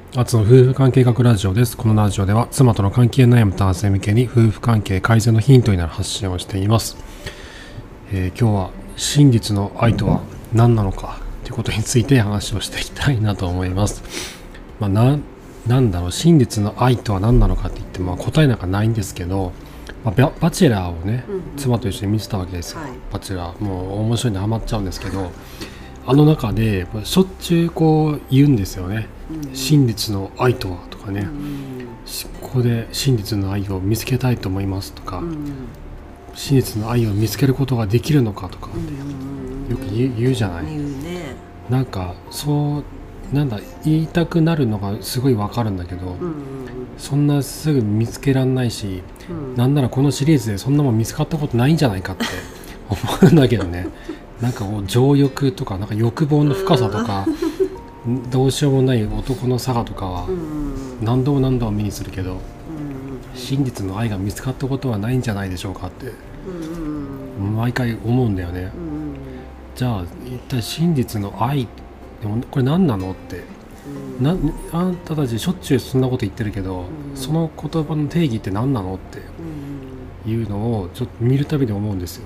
アツの夫婦関係学ラジオです。このラジオでは妻との関係悩む男性向けに夫婦関係改善のヒントになる発信をしています。今日は真実の愛とは何なのかということについて話をしていきたいなと思います。なんだろう、真実の愛とは何なのかって言っても答えなんかないんですけど、バチェラーをね、妻と一緒に見てたわけですよ。バチェラーもう面白いんでハマっちゃうんですけど、あの中でしょっちゅうこう言うんですよね。真実の愛とはとかね、ここで真実の愛を見つけたいと思いますとか、真実の愛を見つけることができるのかとかってよく言うじゃない。なんかなんだ言いたくなるのがすごいわかるんだけど、そんなすぐ見つけらんないし、なんならこのシリーズでそんなもん見つかったことないんじゃないかって思うんだけどね。なんか情欲とか、なんか欲望の深さとかどうしようもない男の差がとかは何度も何度も目にするけど、真実の愛が見つかったことはないんじゃないでしょうかって毎回思うんだよね。じゃあ一体真実の愛これ何なのって、あんたたちしょっちゅうそんなこと言ってるけど、その言葉の定義って何なのっていうのをちょっと見るたびに思うんですよ。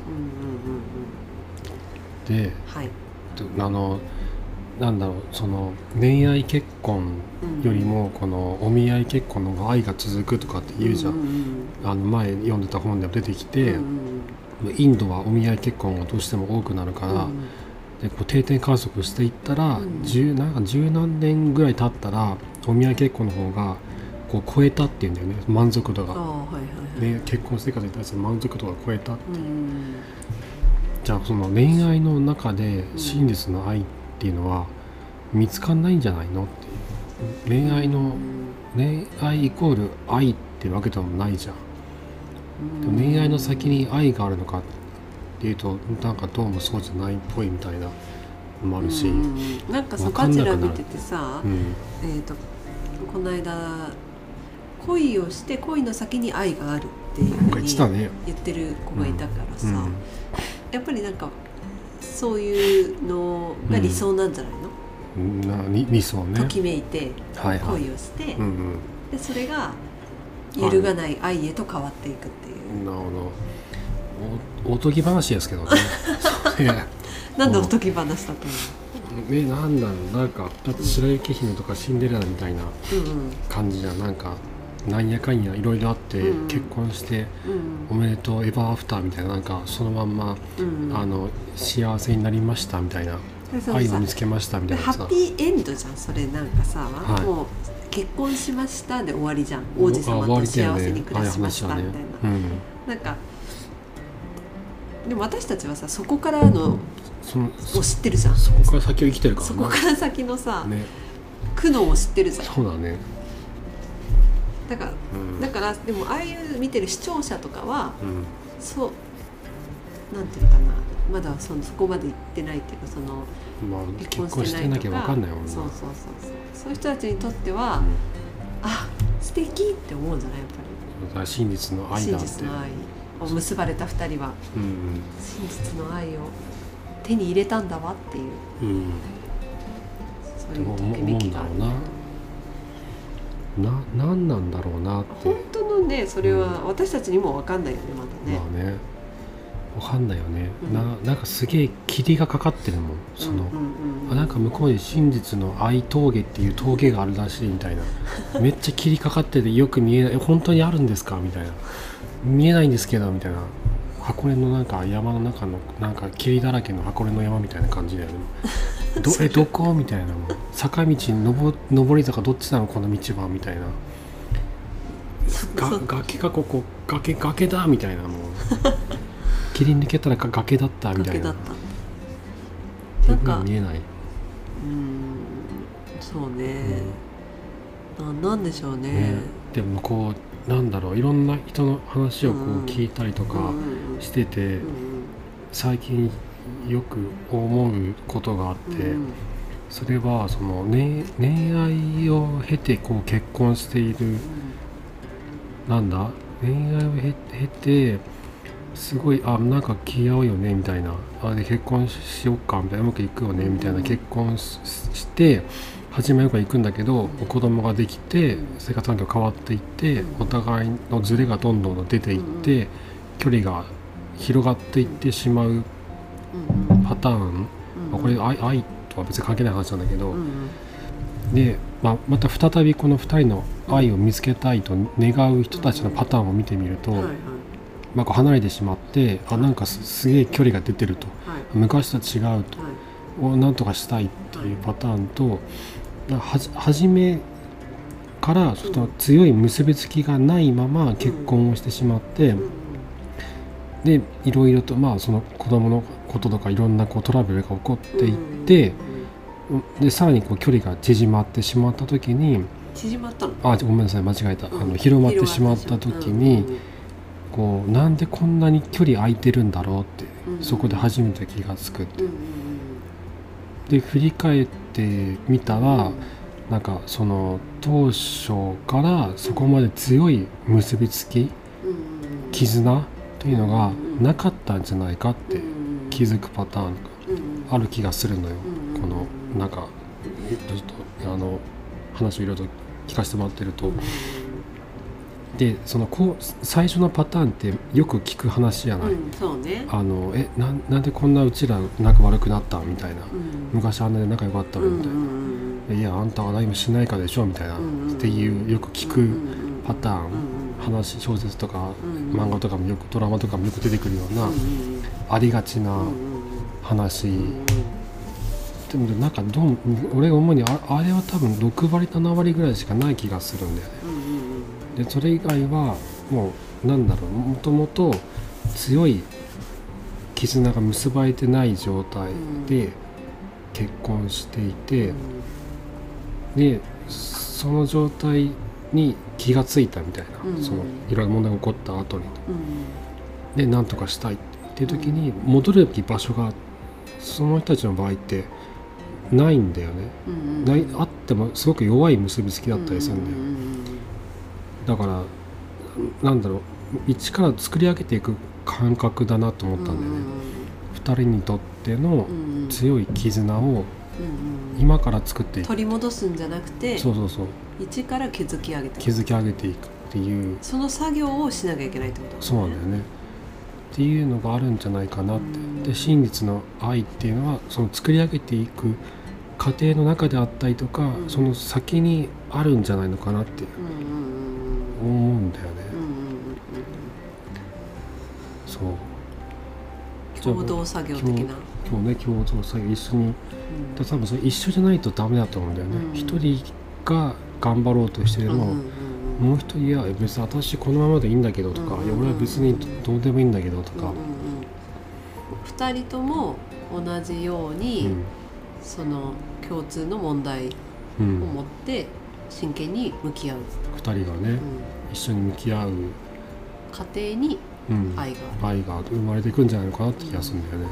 で、なんだろう、その恋愛結婚よりもこのお見合い結婚の方が愛が続くとかって言うじゃん。前読んでた本でも出てきて、インドはお見合い結婚がどうしても多くなるから、でこう定点観測していったら、十何年ぐらい経ったらお見合い結婚の方がこう超えたっていうんだよね、満足度が。で結婚生活に対する満足度が超えたっていう。じゃあその恋愛の中で真実の愛っていうのは見つかんないんじゃないのっていう。恋愛イコール愛ってわけでもないじゃん。でも恋愛の先に愛があるのかっていうと、なんかどうもそうじゃないっぽいみたいなのもあるし、 なんかバチェラー見ててさ、この間恋をして恋の先に愛があるっていうふうに言ってる子がいたからさ、やっぱりなんかそういうのが理想なんじゃないの？ 理想ね。 ときめいて恋をして、でそれが揺るがない愛へと変わっていくっていう。 なるほど。おとぎ話ですけどね。 なんでおとぎ話だと思う？ なんだろう、なんかだって白雪姫とかシンデレラみたいな感じじゃん。なんかなんやかんやいろいろあって結婚しておめでとうエバーアフターみたいな、なんかそのまんま幸せになりましたみたいな、愛を見つけましたみたいなさ、 ハッピーエンドじゃんそれ。なんかさ、もう結婚しましたで終わりじゃん。王子様と幸せに暮らしましたみたいな。なんかでも私たちはさ、そこからのを知ってるじゃん。 そこから先を生きてるからね。 そこから先のさ、苦悩を知ってるじゃん。 そうだね。 だからでもああいう見てる視聴者とかは、そうなんていうかな、まだそこまで行ってないっていうか、その結婚してなきゃ分かんないもんね。 そういう人たちにとっては、あ、素敵って思うんじゃない、やっぱり。 真実の愛だって。真実の愛を結ばれた2人は、真実の愛を手に入れたんだわっていう、そういうときめきがある。 何なんだろうなって。 本当のね、それは私たちにも分かんないよね、まだね。 まあね、分かんないよね。なんかすげえ霧がかかってるもん。なんか向こうに真実の愛峠っていう峠があるらしいみたいな。めっちゃ霧かかっててよく見えない。本当にあるんですかみたいな。見えないんですけどみたいな。箱根のなんか山の中のなんか霧だらけの箱根の山みたいな感じだよね。どこみたいな。坂道上り坂どっちなのこの道はみたいな。崖がここ崖だみたいな。もう霧抜けたら崖だったみたいな。なんか見えない。 そうね。なんでしょうね。 でもこうなんだろう、いろんな人の話をこう聞いたりとかしてて、最近よく思うことがあって、それはその、恋愛を経てこう結婚している、なんだ恋愛を経てすごいなんか気合うよねみたいな、で結婚しよっかみたいな、うまくいくよねみたいな、結婚して初めよく行くんだけど、子供ができて生活環境変わっていって、お互いのズレがどんどん出ていって、距離が広がっていってしまうパターン、これ愛とは別に関係ない話なんだけど、で、また再びこの2人の愛を見つけたいと願う人たちのパターンを見てみると、離れてしまって、なんかすげえ距離が出てると、昔と違うと、なんとかしたいっていうパターンと、初めからちょっと強い結びつきがないまま結婚をしてしまって、でいろいろとその子供のこととかいろんなトラブルが起こっていって、でさらに距離が縮まってしまった時に、 縮まったの？ ごめんなさい、間違えた、広まってしまった時に、なんでこんなに距離空いてるんだろうって、そこで初めて気がつくって、で振り返ってみたら、なんかその当初からそこまで強い結びつき、絆というのがなかったんじゃないかって気づくパターンがある気がするのよ。このなんかちょっと話をいろいろと聞かせてもらってると、で最初のパターンってよく聞く話じゃない、 そうね、 なんでこんなうちら仲悪くなったみたいな、昔あんなで仲良かったのみたいな、いやあんたは何もしないからでしょみたいな、っていうよく聞くパターン、話、小説とか漫画とかもよく、ドラマとかもよく出てくるような、ありがちな話、でもなんか俺が思うにあれは多分6割7割ぐらいしかない気がするんだよね。でそれ以外はもうもともと強い絆が結ばれてない状態で結婚していて、でその状態に気がついたみたいな、そのいろいろ問題が起こった後に、で何とかしたいっていう時に戻るべき場所がその人たちの場合ってないんだよね、あってもすごく弱い結びつきだったりするんだよ、だから一から作り上げていく感覚だなと思ったんだよね、2人にとっての強い絆を今から作っていく、 取り戻すんじゃなくて、 そう一から築き上げていくっていう、 その作業をしなきゃいけないってことだね。 そうなんだよねっていうのがあるんじゃないかなって、で真実の愛っていうのはその作り上げていく過程の中であったりとか、その先にあるんじゃないのかなって思うんだよね、そう共同作業的な、 共同作業一緒に、多分それ一緒じゃないとダメだと思うんだよね、一人が頑張ろうとしても、もう一人いや別に私このままでいいんだけどとか、いや俺は別にどうでもいいんだけどとか、 2人とも同じように、その共通の問題を持って真剣に向き合う、 2人がね、一緒に向き合う過程に愛が生まれていくんじゃないのかなって気がするんだよね、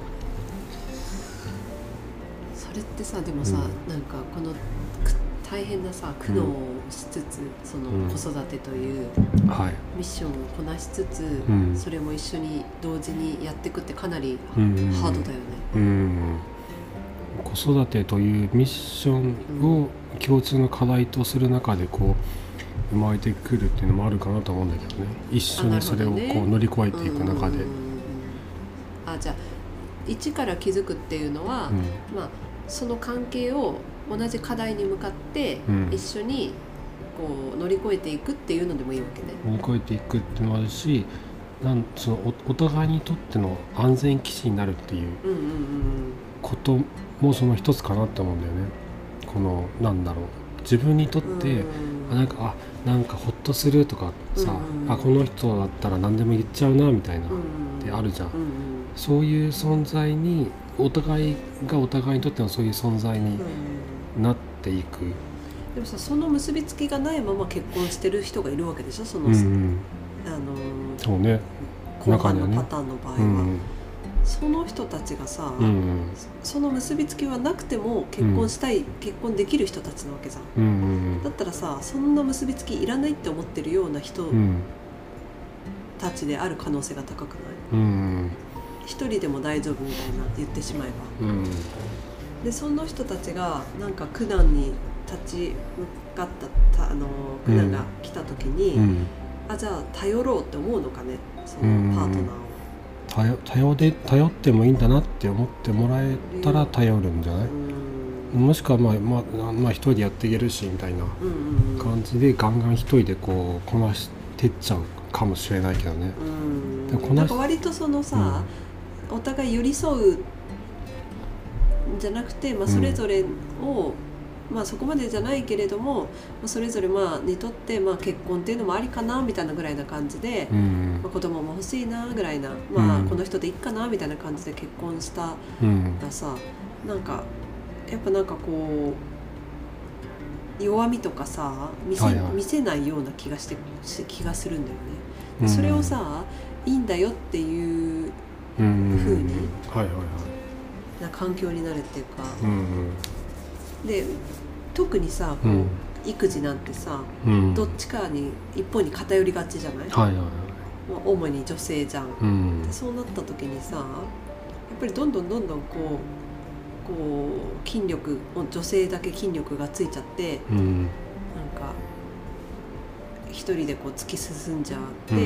それってさ、でもさ、なんかこの大変なさ苦悩をしつつ、その子育てというミッションをこなしつつ、それも一緒に同時にやっていくってかなりハードだよね、 子育てというミッションを共通の課題とする中で生まれてくるっていうのもあるかなと思うんだけどね、一緒にそれを乗り越えていく中で、 じゃあ一から気づくっていうのは、その関係を同じ課題に向かって一緒に乗り越えていくっていうのでもいいわけね。 乗り越えていくっていうのもあるし、その お互いにとっての安全基地になるっていうこともその一つかなって思うんだよね。この自分にとってなんかホッとするとかさ、この人だったら何でも言っちゃうなみたいなってあるじゃん、そういう存在にお互いがお互いにとってのそういう存在になっていく、 でもさ、その結びつきがないまま結婚してる人がいるわけでしょ、その、 そうね、 後半のパターンの場合は、その人たちがさ、その結びつきはなくても結婚したい、結婚できる人たちなわけじゃん、だったらさ、そんな結びつきいらないって思ってるような人たちである可能性が高くない？一人でも大丈夫みたいな言ってしまえば、 でその人たちがなんか苦難に立ち向かった苦難が来た時に、じゃあ頼ろうって思うのかね、そのパートナーを。 頼ってもいいんだなって思ってもらえたら頼るんじゃない？もしくはまあ一人でやっていけるしみたいな感じでガンガン一人でこうこなしてっちゃうかもしれないけどね。 なんか割とそのさ、お互い寄り添うんじゃなくて、それぞれを、そこまでじゃないけれども、それぞれにとって結婚っていうのもありかなみたいなぐらいな感じで、子供も欲しいなぐらいな、この人でいいかなみたいな感じで結婚したらさ、なんかやっぱなんかこう弱みとかさ見せないような気がするんだよね。それをさ、いいんだよっていう風にな環境になるっていうか、で特にさこう、育児なんてさ、どっちかに一方に偏りがちじゃない？主に女性じゃん。でそうなった時にさ、やっぱりどんどんこう筋力、女性だけ筋力がついちゃって、なんか一人でこう突き進んじゃって、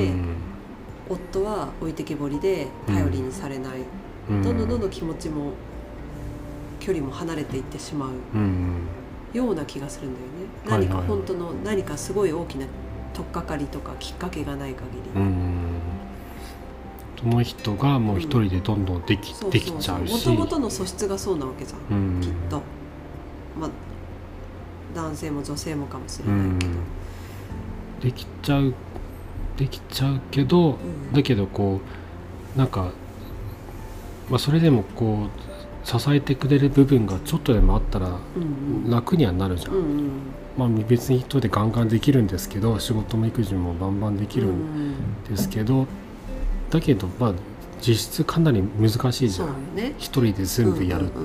夫は置いてけぼりで頼りにされない、どんどん気持ちも距離も離れていってしまうような気がするんだよね。何か本当の何かすごい大きな取っかかりとかきっかけがない限り、 その人がもう一人でどんどんできちゃうし、 もともとの素質がそうなわけじゃん、きっと。男性も女性もかもしれないけど、 できちゃうけど、だけどこうなんか、それでもこう支えてくれる部分がちょっとでもあったら楽にはなるじゃん。別に一人でガンガンできるんですけど、仕事も育児もバンバンできるんですけど、だけど実質かなり難しいじゃん、一人で全部やるって。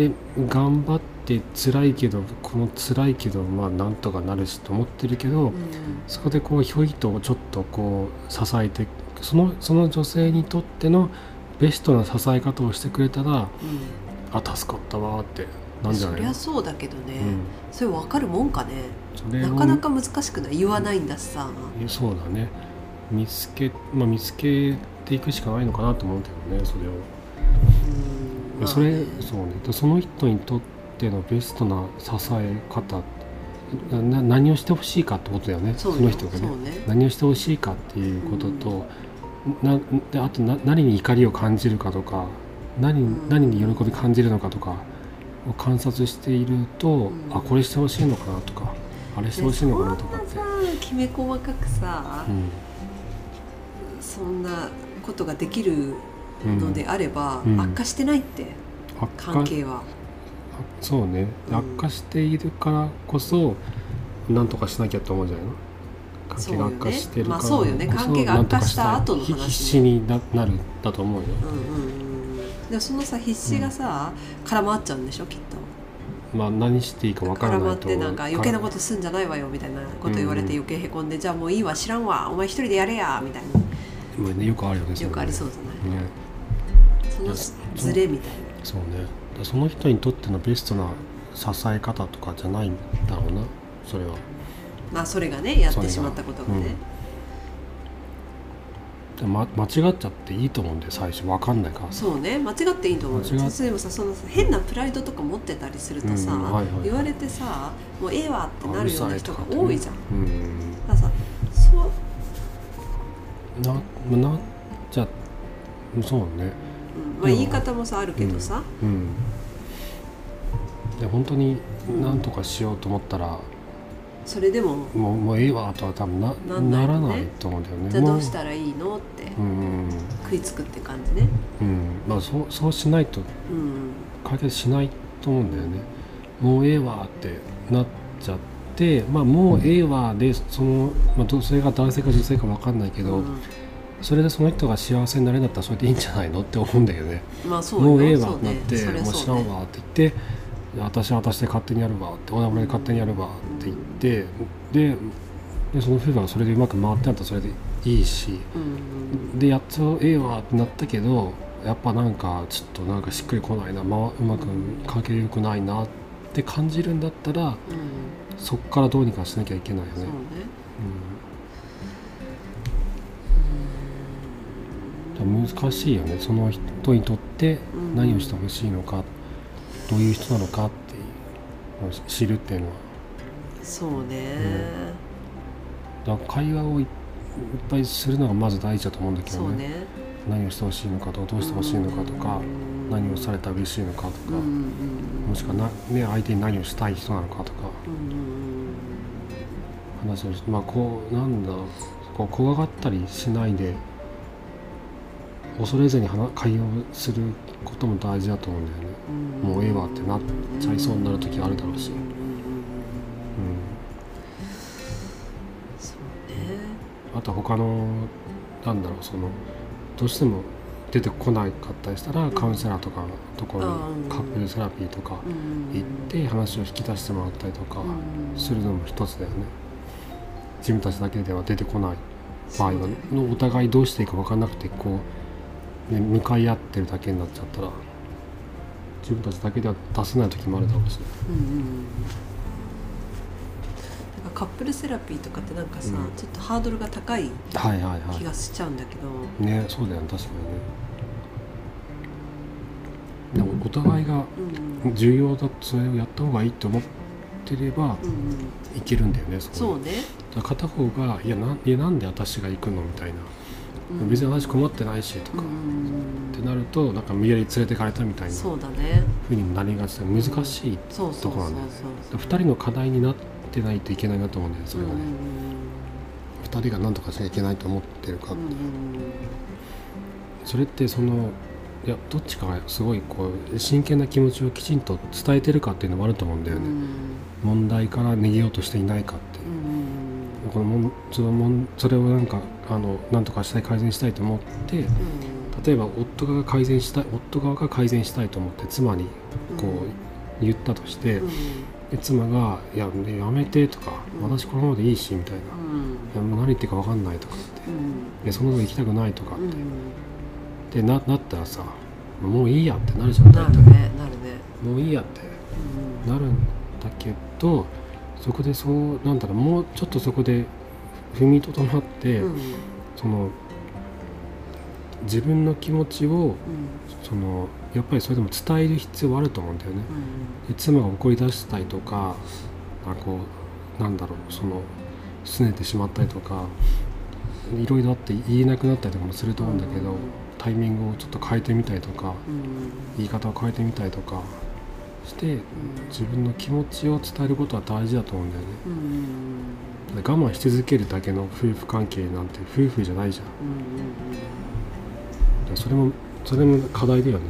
で頑張って辛いけどなんとかなるしと思ってるけど、そこでこうひょいとちょっとこう支えて、その女性にとってのベストな支え方をしてくれたら、助かったわってなんじゃない？ そりゃそうだけどね、それ分かるもんかね。なかなか難しくない？言わないんだしさ。 そうだね、見つけていくしかないのかなと思うけどね、それを。そうね、その人にとってのベストな支え方、何をしてほしいかってことだよね。その人がね、何をしてほしいかっていうことと、あと何に怒りを感じるかとか、何に喜び感じるのかとかを観察していると、これしてほしいのかなとか、あれしてほしいのかなとかって、 きめ細かくさ、そんなことができるのであれば、悪化してないって、関係は。 そうね、悪化しているからこそ何とかしなきゃと思うじゃないの。関係が悪化してるからこそ、 関係が悪化した後の話、 必死になるんだと思うよ。 でそのさ、必死がさ、絡まっちゃうんでしょ、きっと。 何していいか分からないと。 絡まってなんか余計なことすんじゃないわよみたいなこと言われて余計へこんで、じゃあもういいわ、知らんわ、お前一人でやれやみたいな。 よくあるよね。 よくありそうじゃない。そのズレみたいな。 そうね。その人にとってのベストな支え方とかじゃないんだろうな、それは。 それがね、やってしまったことがね。 間違っちゃっていいと思うんで、最初分かんないから。 そうね、間違っていいと思う。でもさ、その変なプライドとか持ってたりするとさ、言われてさ、もうええわってなるような人が多いじゃん。だからさ、 なっちゃそうね。 言い方もさあるけどさ、 で本当に何とかしようと思ったら、 それでももうええわとは多分 ならないと思うんだよね。 じゃあどうしたらいいのって食いつくって感じね。 そうしないと解決しないと思うんだよね。もうええわってなっちゃって、もうええわでそれが男性か女性か分かんないけど、それでその人が幸せになれるんだったらそれでいいんじゃないのって思うんだよね。もうええわってなって、もう知らんわって言って、私は私で勝手にやるわって、俺で勝手にやるわって言って、でその夫婦がそれでうまく回ってなったらそれでいいし、でやっとええわってなったけど、 やっぱなんかちょっとなんかしっくりこないな、うまく関係良くないなって感じるんだったら、そっからどうにかしなきゃいけないよね。 そうね、 難しいよね、その人にとって何をしてほしいのか、どういう人なのかっていうのを知るっていうのは。 そうね、 だから会話をいっぱいするのがまず大事だと思うんだけどね。 そうね、 何をしてほしいのかとか、どうしてほしいのかとか、何をされたら嬉しいのかとか、もしくは相手に何をしたい人なのかとか、話をして、こうなんだこう怖がったりしないで、恐れずに会話をすることも大事だと思うんだよね。もうええわってなっちゃいそうになる時があるだろうし、 そうね。 あと他のなんだろう、そのどうしても出てこなかったりしたら、カウンセラーとかのところにカップルセラピーとか行って話を引き出してもらったりとかするのも一つだよね。自分たちだけでは出てこない場合は、お互いどうしていいか分からなくて向かい合ってるだけになっちゃったら、自分たちだけでは出せない時もあるだろうし、 なんかカップルセラピーとかってなんかさ、ちょっとハードルが高い気がしちゃうんだけど、 ね、そうだよね、確かにね。でもお互いが重要だと、それをやった方がいいと思ってればいけるんだよね。 そうね。 だから片方がいやなんで私が行くのみたいな、別に私困ってないしとかってなると、なんか無理やり連れてかれたみたいなふうになりがちで、難しいところなんだよね。2人の課題になってないといけないなと思うんだよね、それはね。2人が何とかしなきゃいけないと思ってるかって、それっていやどっちかがすごい真剣な気持ちをきちんと伝えてるかっていうのもあると思うんだよね。問題から逃げようとしていないかっていう、それをなんとかしたい、改善したいと思って、例えば夫側が改善したいと思って妻に言ったとして、で妻が「いややめて」とか「私このままでいいし」みたいな「いやもう何言ってるか分かんない」とかって「そのまま行きたくない」とかってなったらさ、もういいやってなるじゃん。 なるね。 もういいやってなるんだけど、そこでもうちょっとそこで踏みとどまって、自分の気持ちを、やっぱりそれでも伝える必要はあると思うんだよね。で妻が怒り出したりとか、拗ねてしまったりとか、いろいろあって言えなくなったりとかもすると思うんだけど、タイミングをちょっと変えてみたりとか、言い方を変えてみたりとかして、自分の気持ちを伝えることは大事だと思うんだよね。我慢し続けるだけの夫婦関係なんて夫婦じゃないじゃん。それも課題だよね。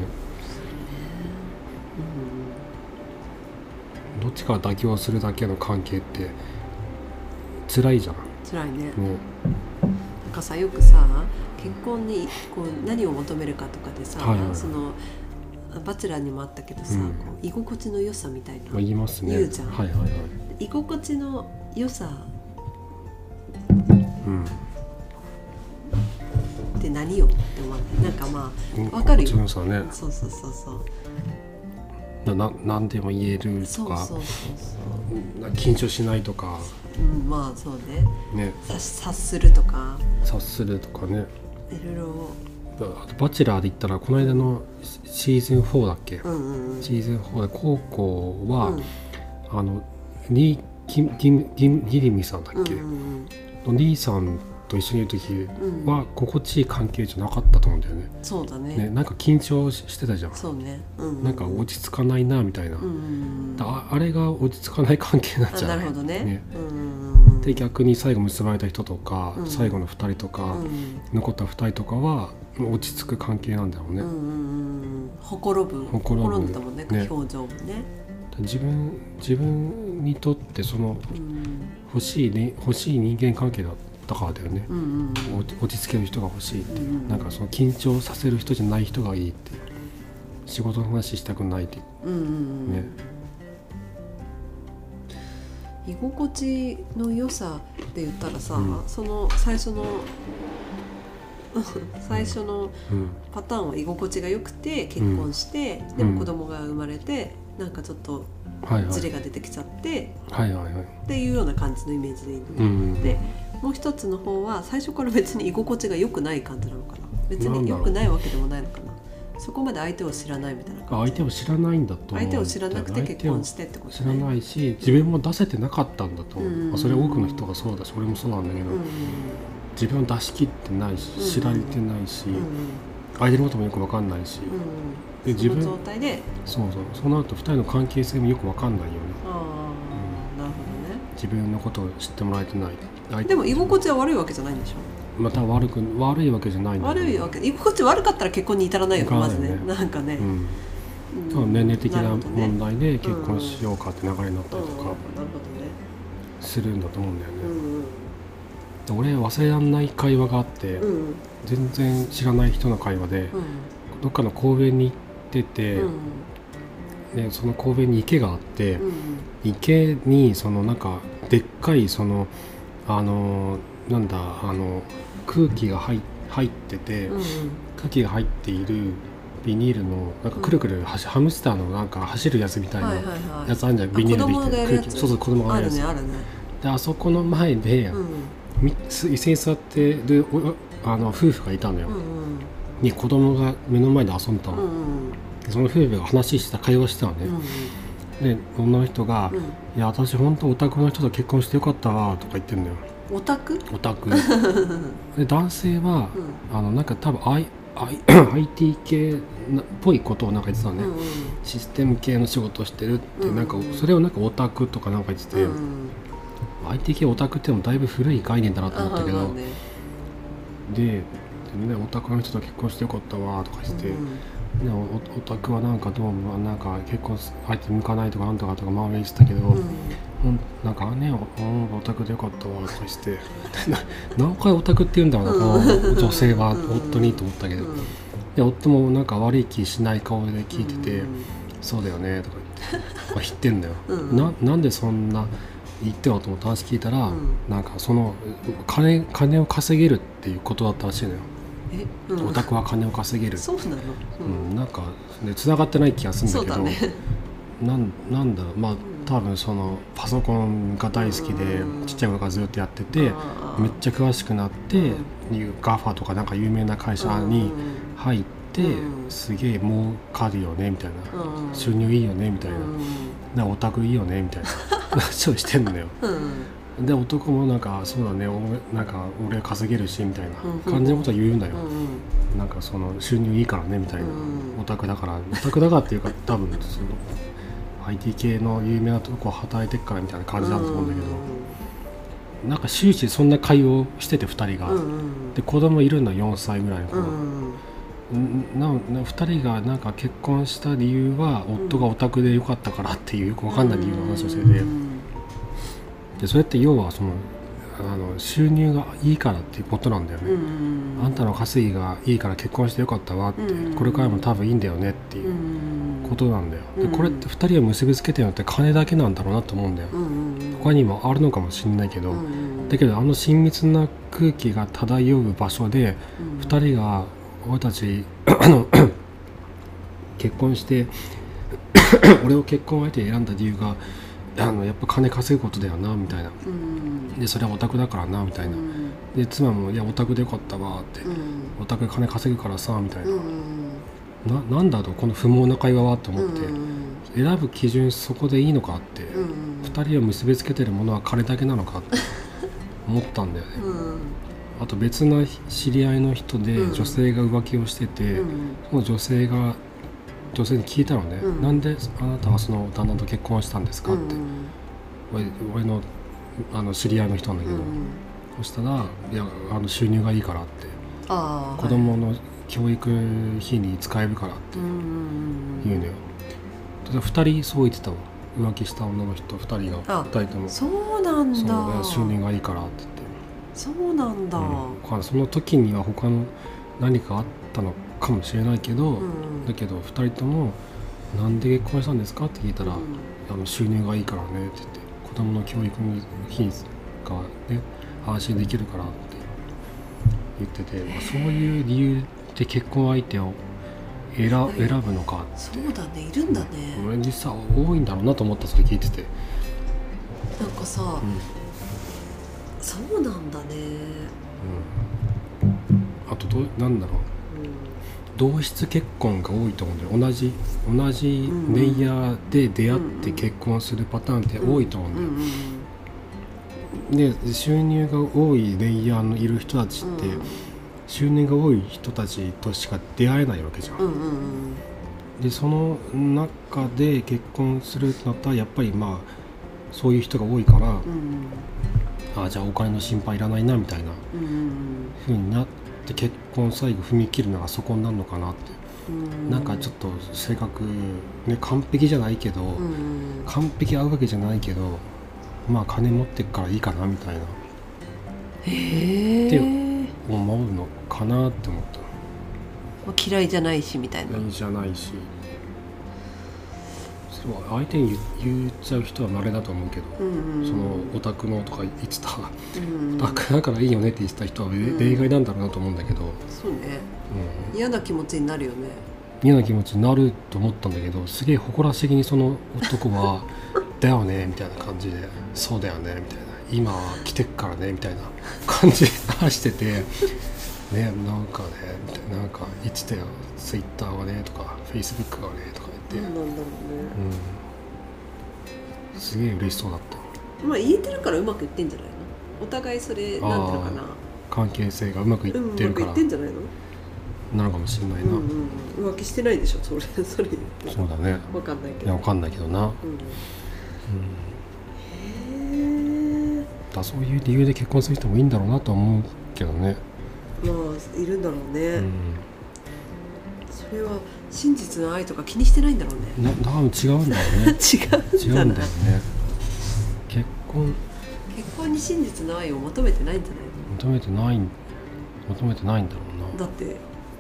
どっちかが妥協するだけの関係って辛いじゃん。 辛いね。なんかさ、よくさ、結婚に何を求めるかとかでさ、バチェラーにもあったけどさ、居心地の良さみたいな言いますね。 言うじゃん。居心地の良さって何よって思って、なんか分かるよ。そう何でも言えるとか、緊張しないとか、 そうね。察するとかね。 いろいろ。 あとバチェラーで言ったら、この間のシーズン4だっけ、シーズン4でコウコは、ギリミさんだっけ、リーさんと一緒にいる時は心地いい関係じゃなかったと思うんだよね。 そうだね。 なんか緊張してたじゃん。 そうね。 なんか落ち着かないなみたいな。あれが落ち着かない関係になっちゃう。 なるほどね。 で逆に最後結ばれた人とか、最後の2人とか、残った2人とかは落ち着く関係なんだろうね。 ほころんでたもんね、表情もね。 自分にとって欲しい人間関係だったからだよね。落ち着ける人が欲しいって、なんか緊張させる人じゃない人がいいって、仕事の話したくないってね。 居心地の良さって言ったらさ、その最初の最初のパターンは居心地が良くて結婚して、でも子供が生まれてなんかちょっとズレが出てきちゃって、っていうような感じのイメージでいいので、もう一つの方は最初から別に居心地が良くない感じなのかな。別に良くないわけでもないのかな。そこまで相手を知らないみたいな感じ。 相手を知らないんだと思う。 相手を知らなくて結婚してってことね。 知らないし、自分も出せてなかったんだと思う。それ多くの人がそうだし、俺もそうなんだけど、自分を出し切ってないし、知られてないし、相手のこともよく分かんないし、 で自分その状態でそうなると2人の関係性もよく分かんないよね。 なるほどね。 自分のことを知ってもらえてない。 でも居心地は悪いわけじゃないんでしょ。 また悪いわけじゃないんだけど、 悪いわけ、居心地悪かったら結婚に至らないよね、まずね。なんかね、 年齢的な問題で結婚しようかって流れになったりとかするんだと思うんだよね。俺忘れらんない会話があって、全然知らない人の会話で、どっかの公園に行ってて、でその公園に池があって、池にそのなんかでっかいそのなんだ空気が入ってて、空気が入っているビニールのなんかくるくるハムスターのなんか走るやつみたいなやつあるじゃん。ビニールでできて空気、そう子供がやるやつ。であそこの前で、椅子に座ってる夫婦がいたのよ。に子供が目の前で遊んでたの。その夫婦が会話してたのね。で女の人が、いや私本当オタクの人と結婚してよかったわとか言ってるのよ。オタクで男性は、なんか多分IT 系っぽいことをなんか言ってたね。システム系の仕事をしてるって、なんかそれをなんかオタクとかなんか言ってて、IT 系オタクっていうのもだいぶ古い概念だなと思ったけど、でオタクの人と結婚してよかったわとか言って、オタクはなんかどうもなんか結婚相手向かないとかなんとかとか周りに言ってたけど、なんかねオタクでよかったわとかして何回オタクって言うんだろうなこの女性は夫にと思ったけど、で夫もなんか悪い気しない顔で聞いてて、そうだよねとか言ってんだよ。なんでそんな言ってはと思って話聞いたら、なんかその金を稼げるっていうことだったらしいのよ。オタクは金を稼げる。 そうなの。 なんか繋がってない気がするんだけど、なんだろう、まあ多分そのパソコンが大好きでちっちゃい頃からずっとやってて、めっちゃ詳しくなってガファとかなんか有名な会社に入ってすげえ儲かるよねみたいな、収入いいよねみたいな、オタクいいよねみたいな話をしてんのよ。で男もなんかそうだね、なんか俺稼げるしみたいな感じのことは言うんだよ。なんかその収入いいからねみたいな、オタクだからっていうか多分その IT 系の有名なとこ働いてっからみたいな感じだと思うんだけど、なんか終始そんな会話をしてて2人が、で子供いるのは4歳ぐらいの子、2人がなんか結婚した理由は夫がオタクでよかったからっていうよく分かんない理由の話をしてて、でそれって要はその収入がいいからっていうことなんだよね。あんたの稼ぎがいいから結婚してよかったわって、これからも多分いいんだよねっていうことなんだよ。でこれって2人を結びつけてるのって金だけなんだろうなと思うんだよ。他にもあるのかもしれないけど、だけど親密な空気が漂う場所で2人が俺たち結婚して俺を結婚相手に選んだ理由がやっぱ金稼ぐことだよなみたいな、でそれはオタクだからなみたいな、で妻もいやオタクでよかったわって、オタク金稼ぐからさみたいな、なんだとこの不毛な会話はと思って、選ぶ基準そこでいいのかって、2人を結びつけてるものは金だけなのかって思ったんだよね。あと別な知り合いの人で女性が浮気をしてて、その女性に聞いたのね、なんであなたはその旦那と結婚したんですかって、俺の知り合いの人なんだけど、そしたらいや収入がいいからって、子供の教育費に使えるからって言うのよ。2人そう言ってたわ。浮気した女の人2人が2人ともそうなんだ。 そう収入がいいからって言って、 そうなんだ、 その時には他の何かあったのかもしれないけど、だけど2人ともなんで結婚したんですかって聞いたら、収入がいいからねって言って、子供の教育費がね安心できるからって言ってて、そういう理由で結婚相手を選ぶのかって。 そうだね、いるんだね。 俺実際多いんだろうなと思った。それ聞いててなんかさ、そうなんだね。 あとなんだろう、同質結婚が多いと思うんだよ。同じレイヤーで出会って結婚するパターンって多いと思うんだよ。で、収入が多いレイヤーのいる人たちって、収入が多い人たちとしか出会えないわけじゃん。でその中で結婚するんだったらやっぱりまあそういう人が多いから、じゃあお金の心配いらないなみたいな風になって結婚最後踏み切るのがそこになるのかなって。なんかちょっと性格ね、完璧じゃないけど、完璧合うわけじゃないけど、まあ金持ってっからいいかなみたいなって思うのかなって思った。 嫌いじゃないしみたいな。 嫌いじゃないし、それは相手に言っちゃう人は稀だと思うけど、そのオタクのとか言ってた、オタクだからいいよねって言ってた人は例外なんだろうなと思うんだけど、 そうね、嫌な気持ちになるよね。 嫌な気持ちになると思ったんだけど、すげえ誇らしげにその男はだよねみたいな感じで、そうだよねみたいな、今来てっからねみたいな感じで話しててね、なんかねみたいな、なんか言ってたよ、ツイッターはねとかフェイスブックがねとか言って、 なんだろうね、 すげえ嬉しそうだった。 まあ言えてるからうまくいってんじゃないの。お互いそれなんていうのかな、 関係性がうまくいってるから、 うまくいってんじゃないのなのかもしれないな。 浮気してないでしょ、それそうだね、 分かんないけど。 いや分かんないけどな、だそういう理由で結婚する人もいいんだろうなと思うけどね。 まあいるんだろうね、それは真実の愛とか気にしてないんだろうね。 多分違うんだよね違うんだよね。結婚に真実の愛を求めてないんじゃないの。 求めてないんだろうな。 だって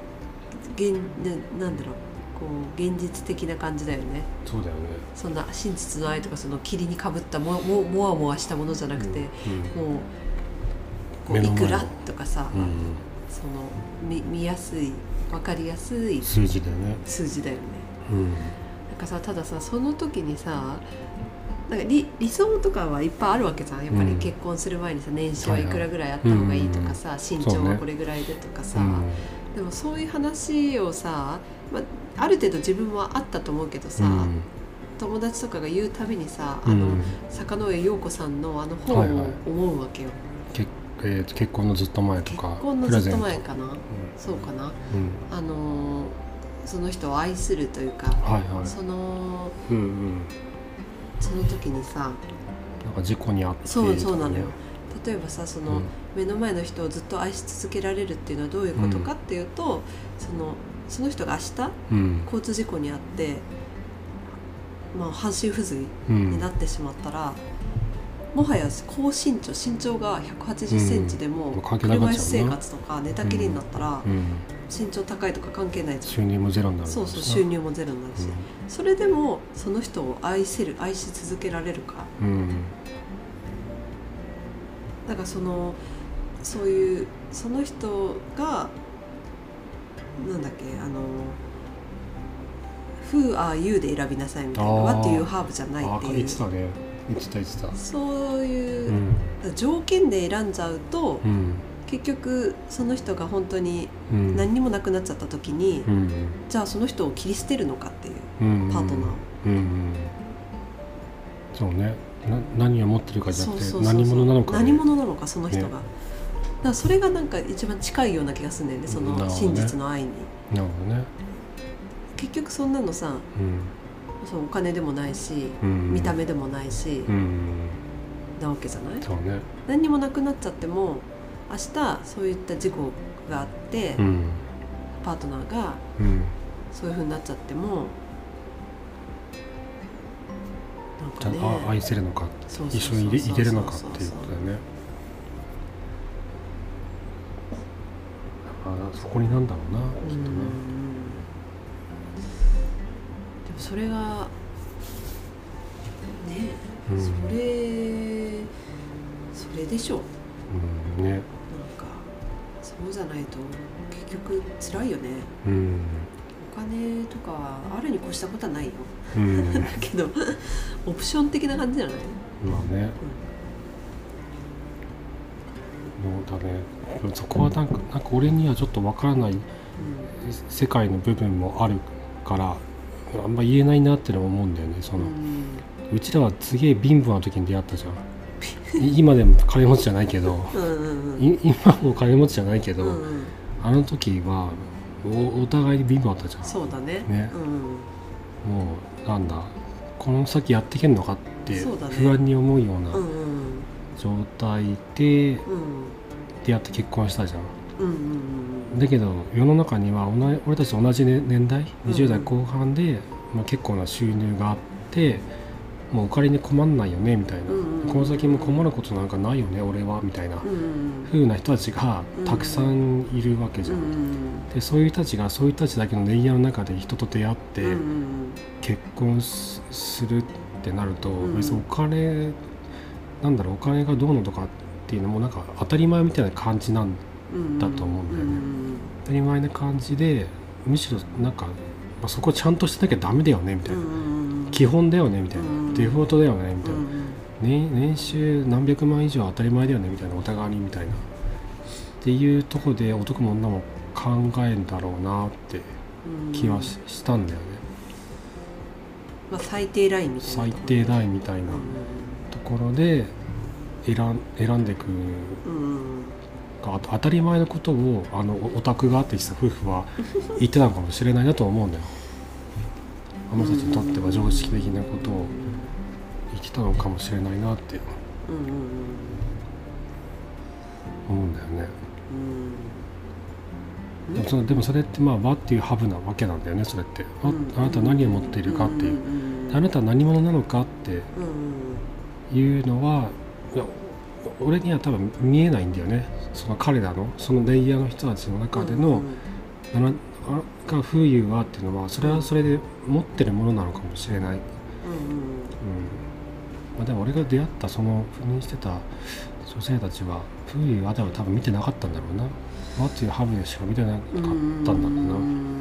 なんだろう、こう現実的な感じだよね。 そうだよね。 そんな真実の愛とかその霧にかぶったもわもわしたものじゃなくて、もうこういくらとかさ、その見やすい、分かりやすい数字だよね。 なんかさ、たださ、その時にさ、なんか理想とかはいっぱいあるわけじゃん。やっぱり結婚する前にさ、年収はいくらぐらいあった方がいいとかさ、身長はこれぐらいでとかさ、でもそういう話をさ、ある程度自分はあったと思うけどさ、友達とかが言うたびにさ、坂上陽子さんの本を思うわけよ。 結婚のずっと前とか、 結婚のずっと前かな、そうかな、その人を愛するというか、その時にさ、 なんか事故に遭って、 そうなのよ。例えばさ、その目の前の人をずっと愛し続けられるっていうのはどういうことかっていうと、その人が明日、交通事故に遭って、半身不随になってしまったら、もはや高身長が180センチでも、車椅子生活とか寝たきりになったら、身長高いとか関係ないじゃん。 収入もゼロになる。 そう、収入もゼロになるし、それでもその人を愛し続けられるか、だからそういうその人がなんだっけ、Who are you で選びなさいみたいな、What you have じゃないっていう。 言ってたね。言ってた。 そういう、条件で選んじゃうと、結局その人が本当に何にもなくなっちゃった時に、じゃあその人を切り捨てるのかっていう、パートナーを。 そうね。何を持ってるかじゃなくて、何者なのか、 何者なのか、その人が。だからそれがなんか一番近いような気がするんだよね、その真実の愛に。 なるほどね。 結局そんなのさ、そうお金でもないし、見た目でもないし、なわけじゃない。 そうね。 何にもなくなっちゃっても、明日そういった事故があって、パートナーがそういう風になっちゃっても、なんかね、 愛せるのか、一緒にいれるのかっていうことだよね。そこになんだろうな、きっとな。 でもそれがね、それでしょ。 ね。 なんかそそうじゃないと結局辛いよね。お金とかあるに越したことはないよ。だけどオプション的な感じじゃない？ まあね、そうだね。そこはなんか俺にはちょっとわからない世界の部分もあるからあんま言えないなってのも思うんだよね。うちらはすげえ貧乏な時に出会ったじゃん。今でも金持ちじゃないけど今も金持ちじゃないけど、あの時はお互いに貧乏だったじゃん。 そうだね。 もうなんだこの先やっていけんのかって不安に思うような状態で出会って結婚したじゃん。だけど世の中には俺たちと同じ年代20代後半で、結構な収入があってもうお金に困んないよねみたいな、この先も困ることなんかないよね俺はみたいな風な人たちがたくさんいるわけじゃん。でそういう人たちがそういう人たちだけのレイヤーの中で人と出会って結婚するってなると、別にお金お金がどうのとかっていうのもなんか当たり前みたいな感じなんだと思うんだよね。当たり前な感じでむしろなんか、そこちゃんとしてなきゃダメだよねみたいな、基本だよねみたいな、デフォルトだよねみたいな、年収何百万以上当たり前だよねみたいな、お互いにみたいなっていうところで男も女も考えるんだろうなって気はしたんだよね。 最低ラインみたいな最低ラインみたいなところで選んでいく、当たり前のことをオタクがあってきた夫婦は言ってたのかもしれないなと思うんだよ。あの人たちにとっては常識的なことを言ってたのかもしれないなって思うんだよね。でもそれってwhatっていうハブなわけなんだよね。それってあなたは何を持っているかっていう、あなたは何者なのかっていうのはいや俺には多分見えないんだよね。その彼らのそのレイヤーの人たちの中でのが風流はっていうのはそれはそれで持ってるものなのかもしれない。でも俺が出会ったその赴任してた女性たちは風流は多分見てなかったんだろうな。っていうハブでしか見てなかったんだろうな。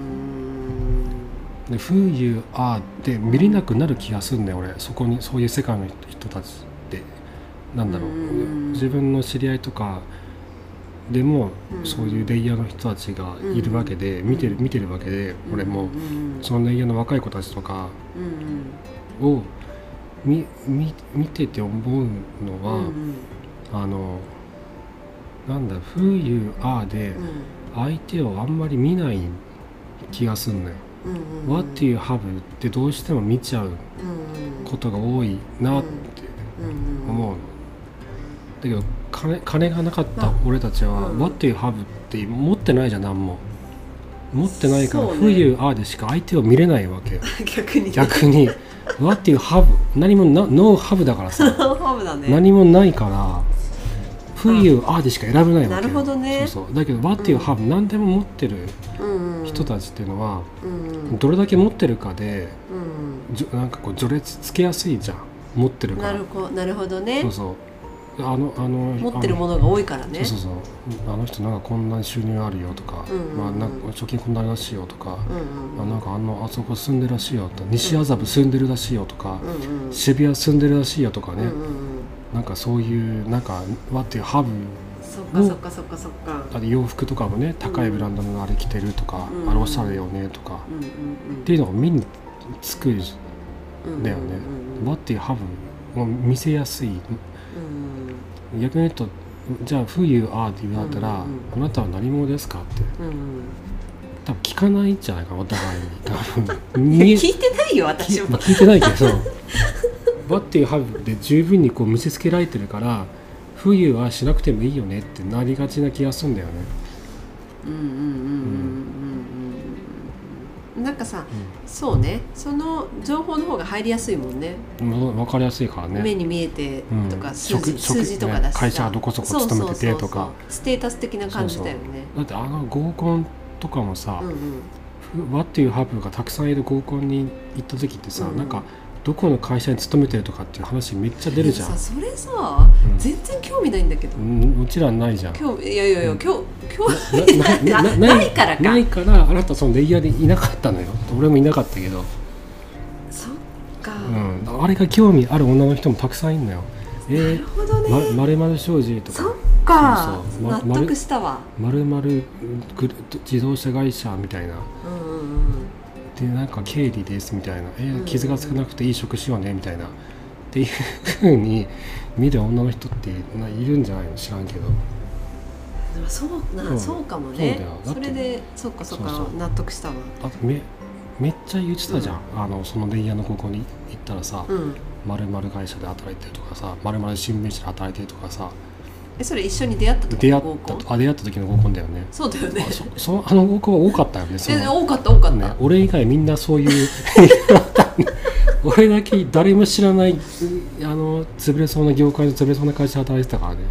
で風流って見れなくなる気がするんだよ俺。そこにそういう世界の人たちって自分の知り合いとかでもそういうレイヤーの人たちがいるわけで、見てるわけで、俺もそのレイヤーの若い子たちとかを見てて思うのは、風流で相手をあんまり見ない気がするのよ。Whatっていうハブってどうしても見ちゃうことが多いなって思うの。だけど金がなかった俺たちはWhatっていうハブって持ってないじゃん。何も持ってないから風流でしか相手を見れないわけよ。逆にWhatっていうハブ何もノーハブだからさ何もないから風流でしか選べないわけよ。 なるほどね。 そうだけどWhatっていうハブ何でも持ってる人たちっていうのはどれだけ持ってるかでなんかこう序列つけやすいじゃん。持ってるからなるほどね。 そう持ってるものが多いからね。 そうあの人なんかこんなに収入あるよとか、なんか貯金こんなにらしいよとか、なんかあそこ住んでるらしいよとか、西麻布住んでるらしいよとか、渋谷住んでるらしいよとかね、なんかそういうなんかっていうハブそっか洋服とかもね高いブランドのあれ着てるとか、あれおしゃれよねとか、っていうのが目につくんだよね。っていうハブを見せやすい。逆に言うとじゃあ風流って言われたら、あなたは何者ですかって、多分聞かないんじゃないかなお互いに。多分聞いてないよ私も。 聞いてないけどっていうハブで十分にこう見せつけられてるから風流はしなくてもいいよねってなりがちな気がするんだよね。 なんかさ、そうね、その情報の方が入りやすいもんね。 分かりやすいからね。 目に見えてとか、数字とかだしさ、 会社はどこそこ勤めててとか、 ステータス的な感じだよね。 だって合コンとかもさ、っていうハブがたくさんいる合コンに行った時ってさ、なんかどこの会社に勤めてるとかっていう話めっちゃ出るじゃん。 それさ、全然興味ないんだけど。 もちろんないじゃん。 いやいやいや、興味ないからか。 ないからあなたそのレイヤーでいなかったのよ。俺もいなかったけど。 そっか。 あれが興味ある女の人もたくさんいるのよ。 なるほどね。 まるまる商事とか。 そっか。納得したわ。 まるまる自動車会社みたいな。でなんか経理ですみたいな、傷が少なくていい職種よねみたいなっていう風に見る女の人っているんじゃないの、知らんけど。 そうかもね。それでそっか納得したわ。 あとめっちゃ言ってたじゃん、そのレイヤーの高校に行ったらさ、〇〇会社で働いてるとかさ、〇〇新聞社で働いてるとかさ。 それ一緒に出会った時の合コン？ 出会った時の合コンだよね。 そうだよね。 あの合コンは多かったよね。 多かった、 俺以外みんなそういう俺だけ誰も知らない潰れそうな業界の潰れそうな会社で働いてたからね。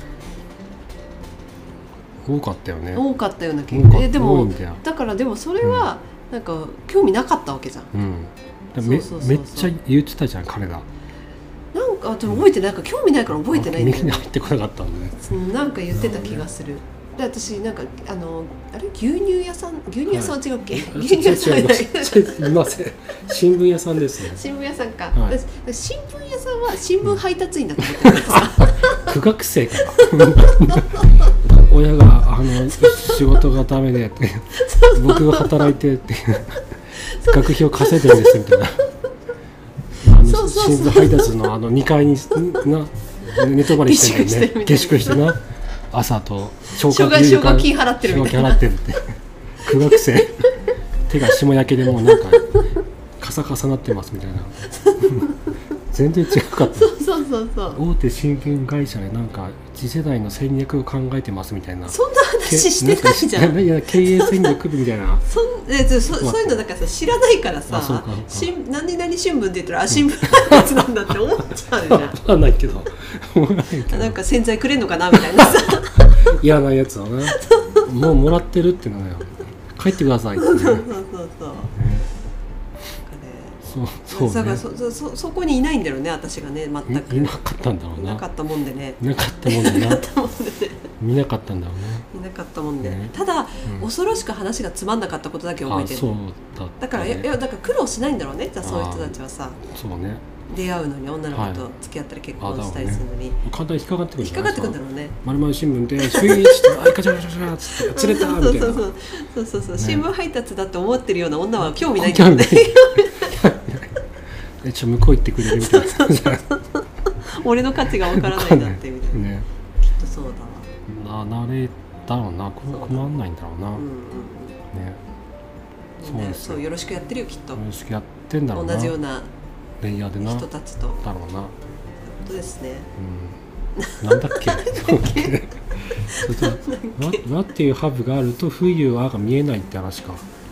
多かったよね。 多かったような気が。でもだからでもそれはなんか興味なかったわけじゃん。 めっちゃ言ってたじゃん彼ら。 なんかでも覚えてない、なんか興味ないから覚えてないんだよね。 耳に入ってこなかったんだね。 なんか言ってた気がする。で私なんかあれ牛乳屋さんは違うっけ？牛乳屋さんじゃない。 すいません。新聞屋さんですね。 新聞屋さんか。新聞屋さんは新聞配達員だと思ってるからさ。 苦学生かな。親が仕事がダメでって僕が働いてって学費を稼いでるんですみたいな。新聞配達の2階に寝泊まりしてるね。下宿してな。朝と奨学金払ってるみたいな。 って苦学生手が霜焼けでもうなんかカサカサなってますみたいな。全然違かった。 そう大手新聞会社でなんか次世代の戦略を考えてますみたいな。 そんな話してないじゃん。 いや経営戦略みたいな。 そういうのだからさ知らないからさ、何々新聞って言ったら新聞配達なんだって思っちゃうじゃん。 思わないけど。 なんか洗剤くれんのかなみたいなさ。 嫌なやつはね。もうもらってるってのよ。帰ってくださいって。 そうだからそこにいないんだろうね、私がね。全くいなかったんだろうな。 いなかったもんでね。 いなかったもんでね。見なかったんだろうね。 いなかったもんで、ただ恐ろしく話がつまんなかったことだけ覚えてる。だから苦労しないんだろうね。じゃあそういう人たちはさ、 そうね、 出会うのに女の子と付き合ったり結婚したりするのに簡単に引っかかってくるんだろうね。 丸々新聞でシュイーしてガチャガチャガチャって釣れたみたいな。 そう新聞配達だと思ってるような女は興味ないんだよね。 向こう行ってくれるみたいな。 俺の価値がわからないなってみたいな。きっとそうだわ。 なれだろうな。困んないんだろうな。ね。 そうよろしくやってるよきっと。よろしくやってんだろうな。 同じようなレイヤーでな人たちと。 だろうな。 そうですね。 なんだっけ。和っていうハブがあると冬はが見えないって話か。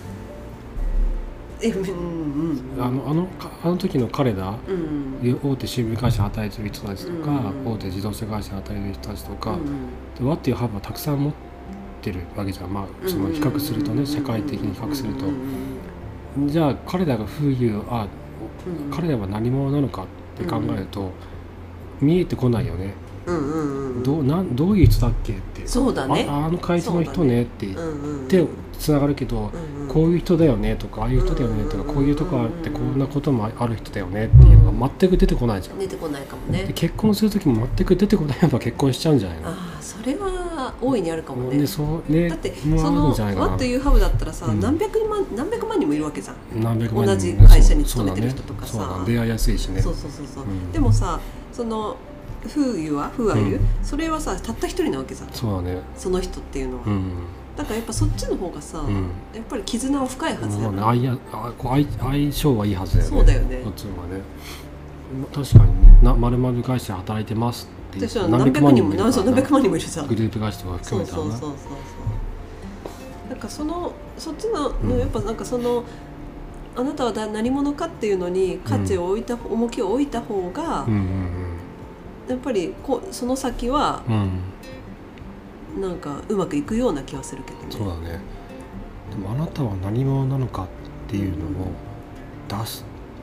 あの時の彼ら、大手新聞会社で働いてる人たちとか、大手自動車会社で働いてる人たちとか、和っていうハブはたくさん持ってるわけじゃん。その比較するとね、社会的に比較すると、じゃあ彼らが彼らは何者なのかって考えると、見えてこないよね。どういう人だっけって。 そうだね。 あの会社の人ねって言ってつながるけど、こういう人だよねとか、ああいう人だよねとか、こういうとこあってこんなこともある人だよねっていうのが全く出てこないじゃん。 出てこないかもね。 で結婚する時も全く出てこないまま結婚しちゃうんじゃないの。 それは大いにあるかもね。だってその和っていうハブだったらさ、何百万人もいるわけじゃん。同じ会社に勤めてる人とかさ、 出会いやすいしね。 そうでもさ、その風はそれはさたった一人なわけさ。 そうだね。 その人っていうのは。だからやっぱそっちの方がさ、やっぱり絆は深いはずだよね。相性はいいはずだよね。そうだよね。そっちの方がね。確かにね。丸々会社で働いてますって。 何百万人もいるさ。 グループ会社とか含めたらな。 なんかそっちのやっぱなんかあなたは何者かっていうのに価値を置いた重きを置いた方が。やっぱりその先はなんかうまくいくような気はするけどね。 そうだね。でもあなたは何者なのかっていうのを出すっ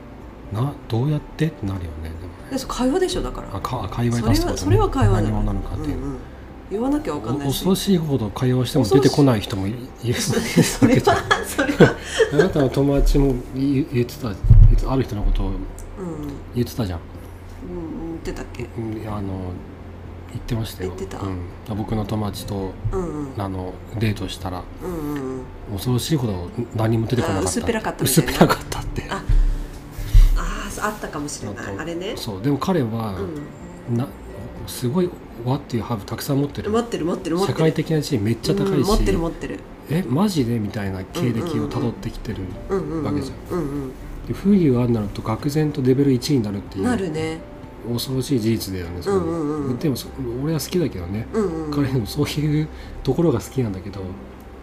どうやってってなるよね。 でも会話でしょ。だから会話に出すことね。 それは会話だよ。 何者なのかっていう、 言わなきゃ分かんないし、 恐ろしいほど会話しても出てこない人もいるわけじゃん。あなたの友達も言ってた、ある人のことを言ってたじゃん。 言ってたっけ？ 言ってましたよ。 言ってた、 僕の友達と、デートしたら、恐ろしいほど何も出てこなかった。 薄っぺらかったみたいな。 薄っぺらかったって。 あったかもしれない。あれね。 そうでも彼は、すごいWhat you haveたくさん持ってる。 持ってる。 社会的な地位めっちゃ高いし、 持ってる。 マジでみたいな経歴を辿ってきてるわけじゃん。でWho you areになると愕然とレベル1になるっていう。 なるね。 恐ろしい事実だよね。でも俺は好きだけどね、彼もそういうところが好きなんだけど、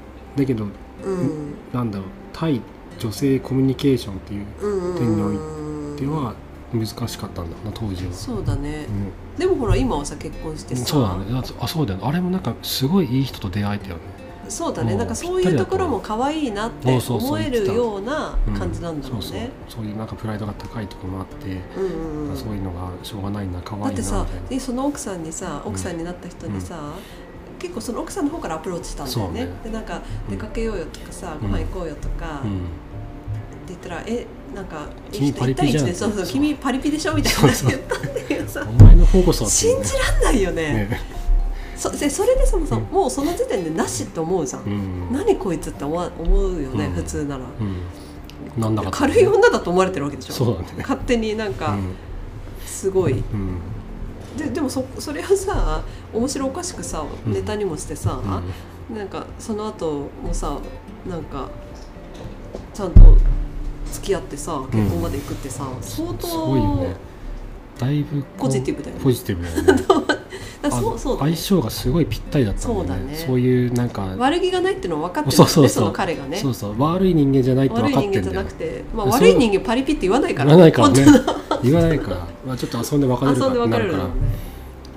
なんだろう、対女性コミュニケーションっていう点においては難しかったんだな、当時は。 そうだね、でもほら今はさ結婚してさ。 そうだね。そうだよね。あれもなんかすごいいい人と出会えたよね。 そうだね。なんかそういうところも可愛いなって思えるような感じなんだろうね。 そういうなんかプライドが高いところもあって、そういうのがしょうがないな、可愛いなみたいな。 だってさ、その奥さんにさ、奥さんになった人にさ、結構その奥さんの方からアプローチしたんだよね。でなんか出かけようよとかさ、ご飯行こうよとかって言ったら、なんか君パリピじゃん。 そう君パリピでしょみたいな言ったんだけどさ、 お前の方こそ信じらんないよね。それでそもそももうその時点でなしって思うじゃん。何こいつって思うよね、普通なら。 なんだか軽い女だと思われてるわけでしょ。 そうだね。 勝手になんかすごい。でもそれをさ、面白おかしくさネタにもしてさ、なんかその後もさ、なんかちゃんと付き合ってさ結婚まで行くってさ、相当すごいよね。 だいぶポジティブだよね。 ポジティブだよね。 そう相性がすごいぴったりだったんだよね。そういうなんか悪気がないっていうのは分かってるんですね、その彼がね。 悪い人間じゃないって分かってるんだよ。悪い人間じゃなくて、悪い人間パリピって言わないから。 言わないからね。言わないから、ちょっと遊んで別れるからなるから、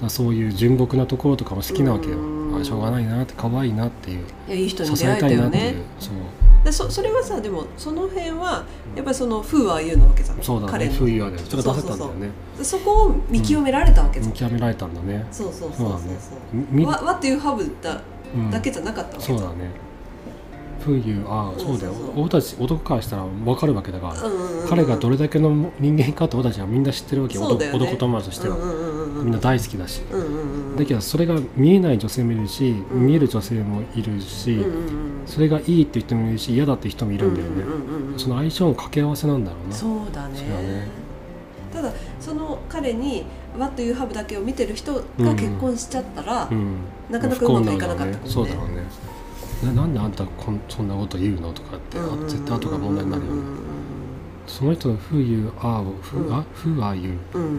そういう純朴なところとかも好きなわけよ。しょうがないなって、可愛いなっていう。 いい人に出会えたよね。それはさ、でもその辺はやっぱりそのWho are youのわけじゃん。 そうだね。Who you areだよ。それが出せたんだよね。 そこを見極められたわけじゃん。 見極められたんだね。 そう。What you haveだけじゃなかったわけじゃん。 そうだね。Who you are、そうだよ。俺たち男からしたら分かるわけだから、彼がどれだけの人間かって俺たちはみんな知ってるわけよ。男友達としてはみんな大好きだし。だけどそれが見えない女性もいるし、見える女性もいるし、それがいいって言ってもいるし、嫌だって人もいるんだよね。その相性の掛け合わせなんだろうな。 そうだね。ただその彼にWhat you haveだけを見てる人が結婚しちゃったら、なかなかうまくいかなかったもんね。 そうだろうね。なんであんたそんなこと言うのとかって絶対後が問題になるよね。その人の Who you are を Who are you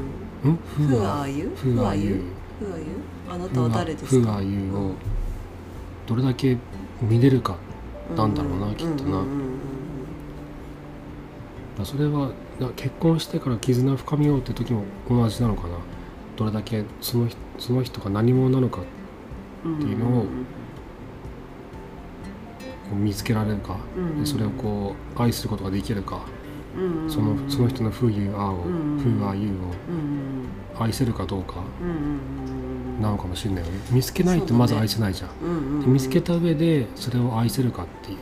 Who are you あなたは誰ですか。 Who are you をどれだけ見れるかなんだろうな、きっとな。それは結婚してから絆を深めようって時も同じなのかな。どれだけその人が何者なのかっていうのを見つけられるか、それをこう愛することができるか、その人の Who you are を Who are you を愛せるかどうかなのかもしれないよね。見つけないとまず愛せないじゃん。見つけた上でそれを愛せるかっていう、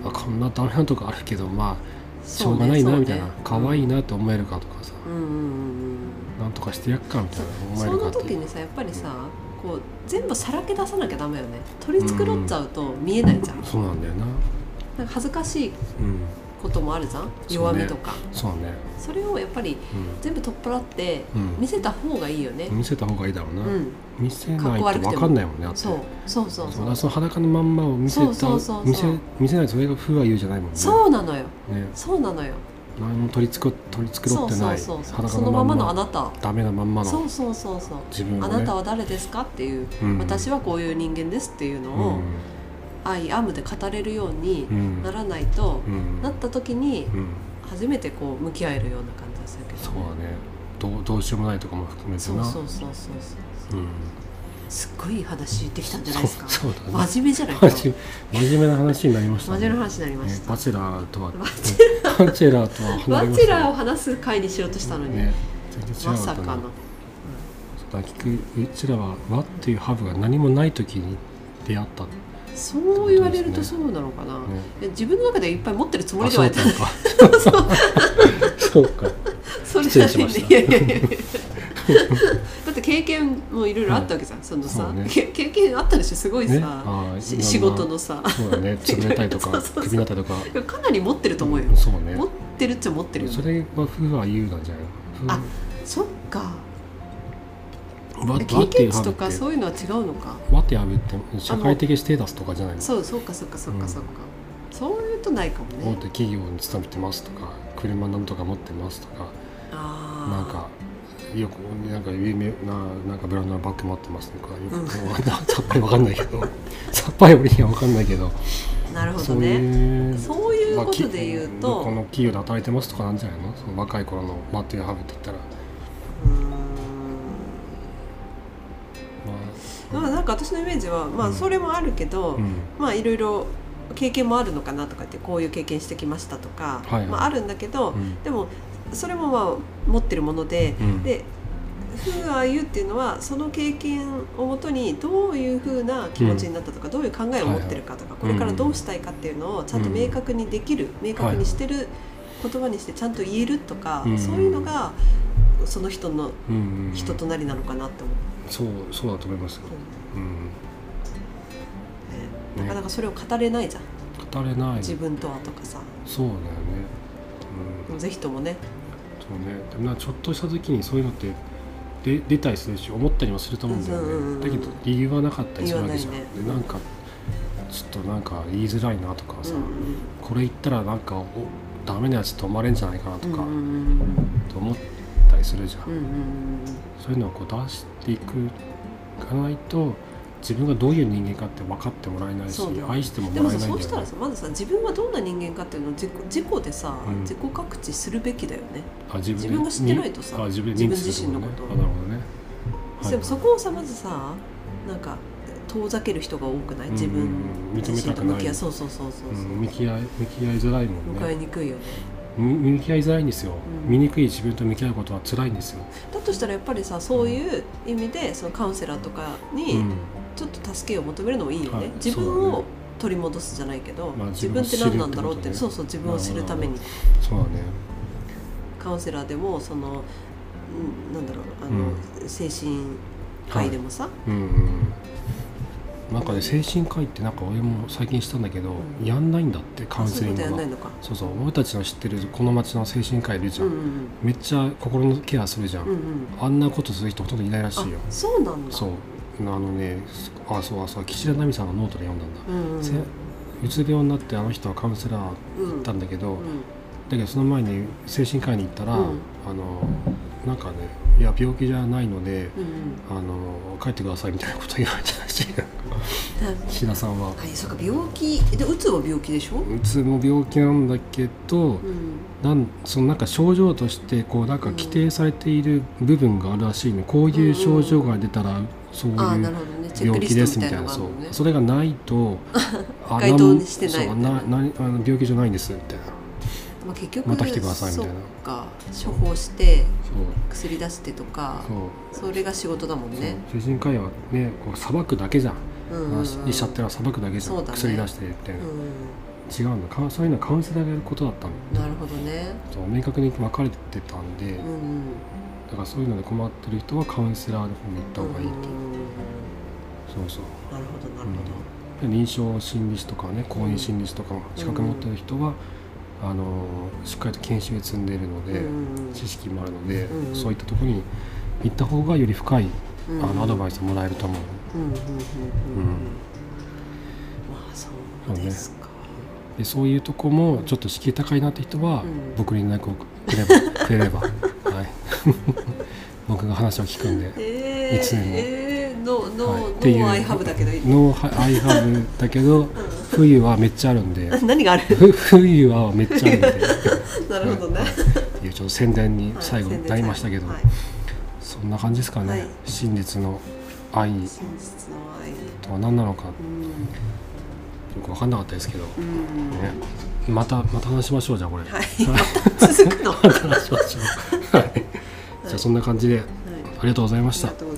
こんなダメなとこあるけどしょうがないなみたいな、可愛いなって思えるかとかさ、なんとかしてやっかみたいな思えるかっていう。 その時にさ、やっぱりさ、こう全部さらけ出さなきゃダメよね。取り繕っちゃうと見えないじゃん。 そうなんだよな。 なんか恥ずかしいこともあるじゃん、弱みとか。 そうね。それをやっぱり全部取っ払って見せた方がいいよね。 見せた方がいいだろうな。見せないと分かんないもんね。 そうその裸のまんまを見せないとそれがWho are youじゃないもんね。 そうなのよ。 何も取り繕ってないそのままのあなた、 ダメなまんまの自分、あなたは誰ですかっていう、私はこういう人間ですっていうのをI amで語れるようにならないと、なった時に初めてこう向き合えるような感じがするけど。 そうだね。どうしようもないとかも含めてな。 すっごい話できたんじゃないですか。 そうだね、 真面目じゃないか。 真面目な話になりましたね。 真面目な話になりました。 バチェラーとはバチェラーを話す会にしようとしたのに、ね、まさかの。 うちらは「What to have」が何もない時に出会った、ね、 そう言われるとそうなのかな、ね、自分の中でいっぱい持ってるつもりではいた。 そうかそれじゃないね。だって経験もいろいろあったわけじゃん、そのさ、ね、経験あったでしょ、すごいさ、ね、仕事のさ、 そうだね、潰れたりとかクビになったりとかかなり持ってると思うよ、 そうね、 持ってるっちゃ持ってるよ、ね、 それは夫婦は言うなんじゃないの。 あ、そっか、経験値とかそういうのは違うのか。 ワティハブって社会的ステータスとかじゃないの。そうか、そういうとないかもね。 大手企業に勤めてますとか、車なんとか持ってますとか、なんかよくなんか有名なんかブランドのバッグ持ってますとか、よくさっぱりわかんないけどさっぱり俺にはわかんないけど、 なるほどね、そういうことで言うと、 この企業で働いてますとかなんじゃないの、その若い頃のワティハブって言ったら。 なんか私のイメージは、まあ、それもあるけど、まあいろいろ経験もあるのかなとかって、こういう経験してきましたとか、まあ、あるんだけど、でもそれもまあ持ってるもので、でWho are youっていうのはその経験をもとにどういうふうな気持ちになったとか、どういう考えを持ってるかとか、これからどうしたいかっていうのをちゃんと明確にできる、明確にしてる言葉にしてちゃんと言えるとか、そういうのがその人の人となりなのかなって思う。 そうだと思いますよ、 なかなかそれを語れないじゃん、 語れない、 自分とはとかさ。 そうだよね、 ぜひともね。 そうね、でもちょっとした時にそういうのって出たりするし、思ったりもすると思うんだよね、だけど理由はなかったりするわけじゃん、でなんかちょっとなんか言いづらいなとかさ、これ言ったらなんかダメなやつと思われるんじゃないかなとか、と思ったりするじゃん、そういうのをこう出していかないと自分がどういう人間かって分かってもらえないし、愛してもらえないんだよね。でもそうしたらさ、まずさ、自分はどんな人間かっていうのを自己でさ、自己覚知するべきだよね。自分が知ってないとさ、自分自身のこと。 なるほどね。 でもそこをさ、まずさ、なんか遠ざける人が多くない？自分認めたくない。 そう向き合いづらいもんね。 向かいにくいよね。 向き合いづらいんですよ、醜い自分と向き合うことは辛いんですよ。 だとしたらやっぱりさ、そういう意味でそのカウンセラーとかにちょっと助けを求めるのもいいよね、自分を取り戻すじゃないけど、自分って何なんだろうって、そう自分を知るために。 そうだね。 カウンセラーでもそのなんだろう、精神科医でもさ、なんかね、 精神科医ってなんか俺も最近したんだけど、やんないんだって、カウンセリングは。そう俺たちの知ってるこの町の精神科医いるじゃん、めっちゃ心のケアするじゃん、あんなことする人ほとんどいないらしいよ。 そうなんだ。 そうそう岸田奈美さんのノートで読んだんだ、うつ病になってあの人はカウンセラー行ったんだけど、だけどその前に精神科医に行ったら、なんかね、いや病気じゃないので、帰ってくださいみたいなこと言われたらしい岸田さんは。 そうか、病気で、うつは病気でしょ。 うつも病気なんだけど、そのなんか症状としてこうなんか規定されている部分があるらしいね、こういう症状が出たらそういう病気ですみたいな、それがないと該当してない病気じゃないんですみたいな。 結局また来てくださいみたいな。 処方して薬出してとか、それが仕事だもんね。 精神科医はね、こう裁くだけじゃん、医者ってのは裁くだけじゃん、薬出してって違うんだ。そういうのはカウンセラーがやることだったの。 なるほどね。 明確に分かれてたんで、だからそういうので困ってる人はカウンセラーの方に行った方がいいっていう。そうなるほどなるほど。臨床心理士とかね、公認心理士とか資格持ってる人はしっかりと研修で積んでいるので、知識もあるので、そういったところに行った方がより深いアドバイスをもらえると思う。 そうですか。 でそういうとこもちょっと敷居高いなって人は、僕に連絡をくれれば、はい、僕が話を聞くんで、いつでも。 ノーアイハブだけどいい。 ノーアイハブだけど冬はめっちゃあるんで。 何がある？ 冬はめっちゃあるんで。 なるほどね。 ちょっと宣伝に最後になりましたけど、そんな感じですかね。真実の愛真実の愛とは何なのか、よく分かんなかったですけど、ね、また話しましょう。じゃあこれ、 はい、また続くのまた話しましょうはい、じゃあそんな感じで、ありがとうございました。